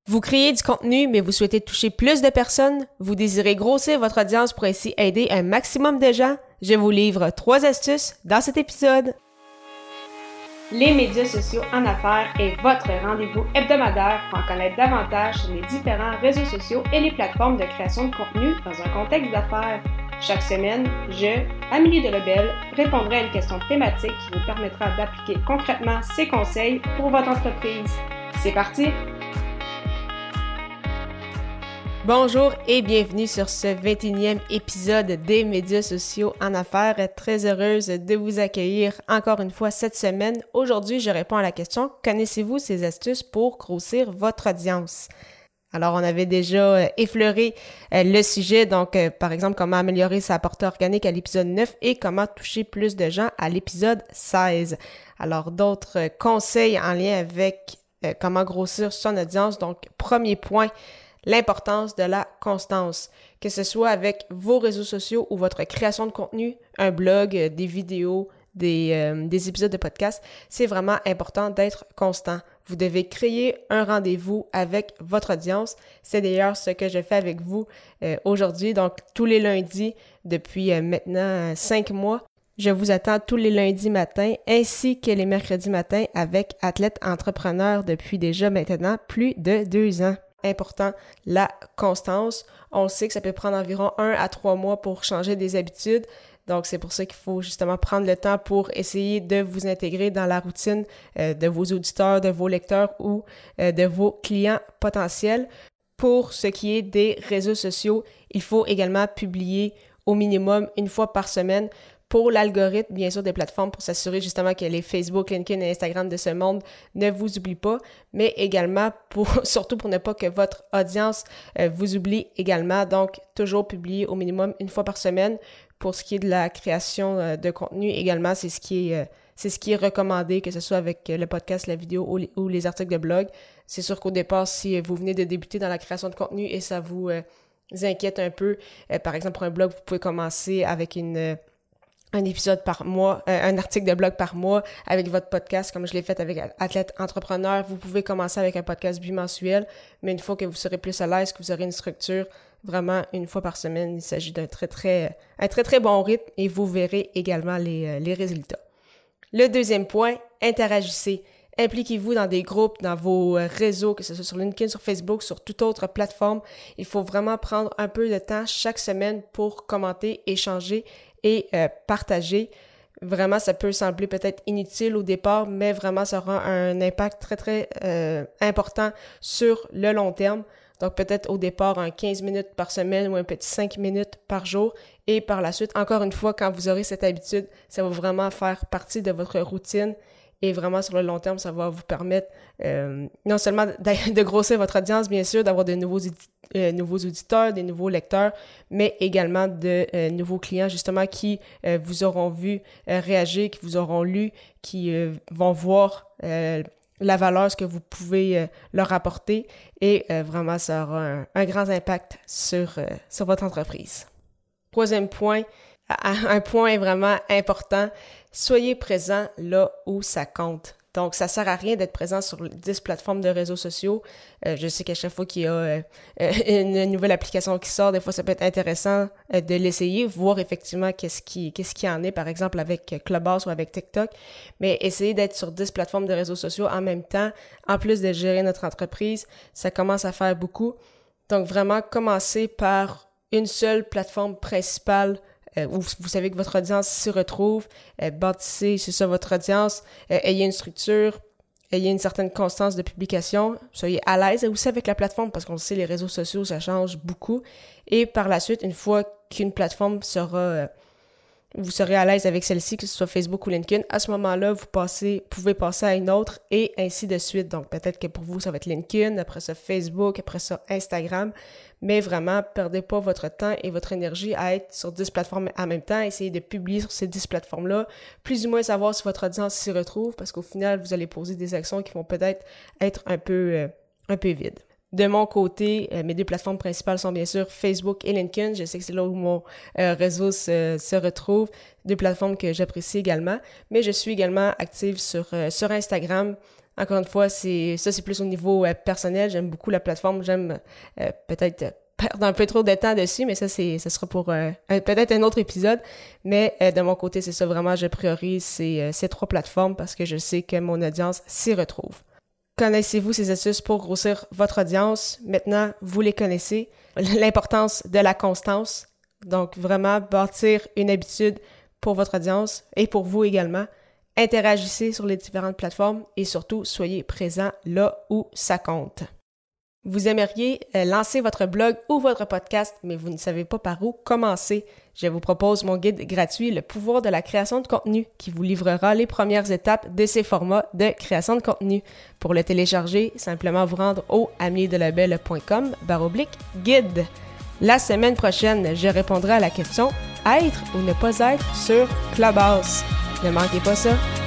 Vous créez du contenu, mais vous souhaitez toucher plus de personnes? Vous désirez grossir votre audience pour ainsi aider un maximum de gens? Je vous livre 3 astuces dans cet épisode. Les médias sociaux en affaires est votre rendez-vous hebdomadaire pour en connaître davantage sur les différents réseaux sociaux et les plateformes de création de contenu dans un contexte d'affaires. Chaque semaine, je, Amélie Delobel, répondrai à une question thématique qui vous permettra d'appliquer concrètement ces conseils pour votre entreprise. C'est parti! Bonjour et bienvenue sur ce 21e épisode des médias sociaux en affaires. Très heureuse de vous accueillir encore une fois cette semaine. Aujourd'hui, je réponds à la question « Connaissez-vous ces astuces pour grossir votre audience? » Alors, on avait déjà effleuré le sujet, donc par exemple, comment améliorer sa portée organique à l'épisode 9 et comment toucher plus de gens à l'épisode 16. Alors, d'autres conseils en lien avec comment grossir son audience. Donc, premier point, l'importance de la constance, que ce soit avec vos réseaux sociaux ou votre création de contenu, un blog, des vidéos, des épisodes de podcast, c'est vraiment important d'être constant. Vous devez créer un rendez-vous avec votre audience. C'est d'ailleurs ce que je fais avec vous aujourd'hui. Donc, tous les lundis, depuis maintenant 5 mois, je vous attends tous les lundis matins ainsi que les mercredis matins avec Athlète Entrepreneur depuis déjà maintenant plus de 2 ans. Important, la constance. On sait que ça peut prendre environ 1 à 3 mois pour changer des habitudes. Donc, c'est pour ça qu'il faut justement prendre le temps pour essayer de vous intégrer dans la routine de vos auditeurs, de vos lecteurs ou de vos clients potentiels. Pour ce qui est des réseaux sociaux, il faut également publier au minimum 1 fois par semaine pour l'algorithme, bien sûr, des plateformes pour s'assurer justement que les Facebook, LinkedIn et Instagram de ce monde ne vous oublient pas, mais également surtout pour ne pas que votre audience vous oublie également. Donc, toujours publier au minimum 1 fois par semaine. Pour ce qui est de la création de contenu également, c'est ce qui est recommandé, que ce soit avec le podcast, la vidéo ou les articles de blog. C'est sûr qu'au départ, si vous venez de débuter dans la création de contenu et ça vous inquiète un peu, par exemple pour un blog, vous pouvez commencer avec un épisode par mois, un article de blog par mois avec votre podcast, comme je l'ai fait avec Athlète Entrepreneur. Vous pouvez commencer avec un podcast bimensuel, mais une fois que vous serez plus à l'aise, que vous aurez une structure, vraiment 1 fois par semaine, il s'agit d'un très très bon rythme et vous verrez également les résultats. Le deuxième point, interagissez. Impliquez-vous dans des groupes, dans vos réseaux, que ce soit sur LinkedIn, sur Facebook, sur toute autre plateforme. Il faut vraiment prendre un peu de temps chaque semaine pour commenter, échanger et partager. Vraiment, ça peut sembler peut-être inutile au départ, mais vraiment, ça aura un impact très important sur le long terme. Donc, peut-être au départ, 15 minutes par semaine ou un petit 5 minutes par jour. Et par la suite, encore une fois, quand vous aurez cette habitude, ça va vraiment faire partie de votre routine. Et vraiment, sur le long terme, ça va vous permettre non seulement de grossir votre audience, bien sûr, d'avoir de nouveaux auditeurs, des nouveaux lecteurs, mais également de nouveaux clients, justement, qui vous auront vu réagir, qui vous auront lu, qui vont voir la valeur, ce que vous pouvez leur apporter. Et vraiment, ça aura un grand impact sur votre entreprise. Troisième point, un point vraiment important, soyez présent là où ça compte. Donc, ça sert à rien d'être présent sur 10 plateformes de réseaux sociaux. Je sais qu'à chaque fois qu'il y a une nouvelle application qui sort, des fois, ça peut être intéressant de l'essayer, voir effectivement qu'est-ce qui en est, par exemple, avec Clubhouse ou avec TikTok. Mais essayer d'être sur 10 plateformes de réseaux sociaux en même temps, en plus de gérer notre entreprise, ça commence à faire beaucoup. Donc, vraiment, commencer par une seule plateforme principale où vous savez que votre audience s'y retrouve, bâtissez, c'est ça, votre audience, ayez une structure, ayez une certaine constance de publication, soyez à l'aise aussi avec la plateforme parce qu'on sait les réseaux sociaux, ça change beaucoup. Et par la suite, une fois qu'une plateforme vous serez à l'aise avec celle-ci, que ce soit Facebook ou LinkedIn, à ce moment-là, vous pouvez passer à une autre et ainsi de suite. Donc, peut-être que pour vous, ça va être LinkedIn, après ça Facebook, après ça Instagram. Mais vraiment, perdez pas votre temps et votre énergie à être sur 10 plateformes en même temps. Essayez de publier sur ces 10 plateformes-là, plus ou moins savoir si votre audience s'y retrouve, parce qu'au final, vous allez poser des actions qui vont peut-être être un peu vides. De mon côté, mes 2 plateformes principales sont bien sûr Facebook et LinkedIn. Je sais que c'est là où mon réseau se retrouve. 2 plateformes que j'apprécie également. Mais je suis également active sur Instagram. Encore une fois, c'est plus au niveau personnel. J'aime beaucoup la plateforme. J'aime peut-être perdre un peu trop de temps dessus, mais ça sera pour peut-être un autre épisode. Mais de mon côté, c'est ça, vraiment, je priorise ces 3 plateformes parce que je sais que mon audience s'y retrouve. Connaissez-vous ces astuces pour grossir votre audience? Maintenant, vous les connaissez. L'importance de la constance. Donc, vraiment, bâtir une habitude pour votre audience et pour vous également. Interagissez sur les différentes plateformes et surtout, soyez présent là où ça compte. Vous aimeriez lancer votre blog ou votre podcast, mais vous ne savez pas par où commencer. Je vous propose mon guide gratuit, Le pouvoir de la création de contenu, qui vous livrera les premières étapes de ces formats de création de contenu. Pour le télécharger, simplement vous rendre au amiedelabel.com/guide. La semaine prochaine, je répondrai à la question « Être ou ne pas être sur Clubhouse ». Ne manquez pas ça.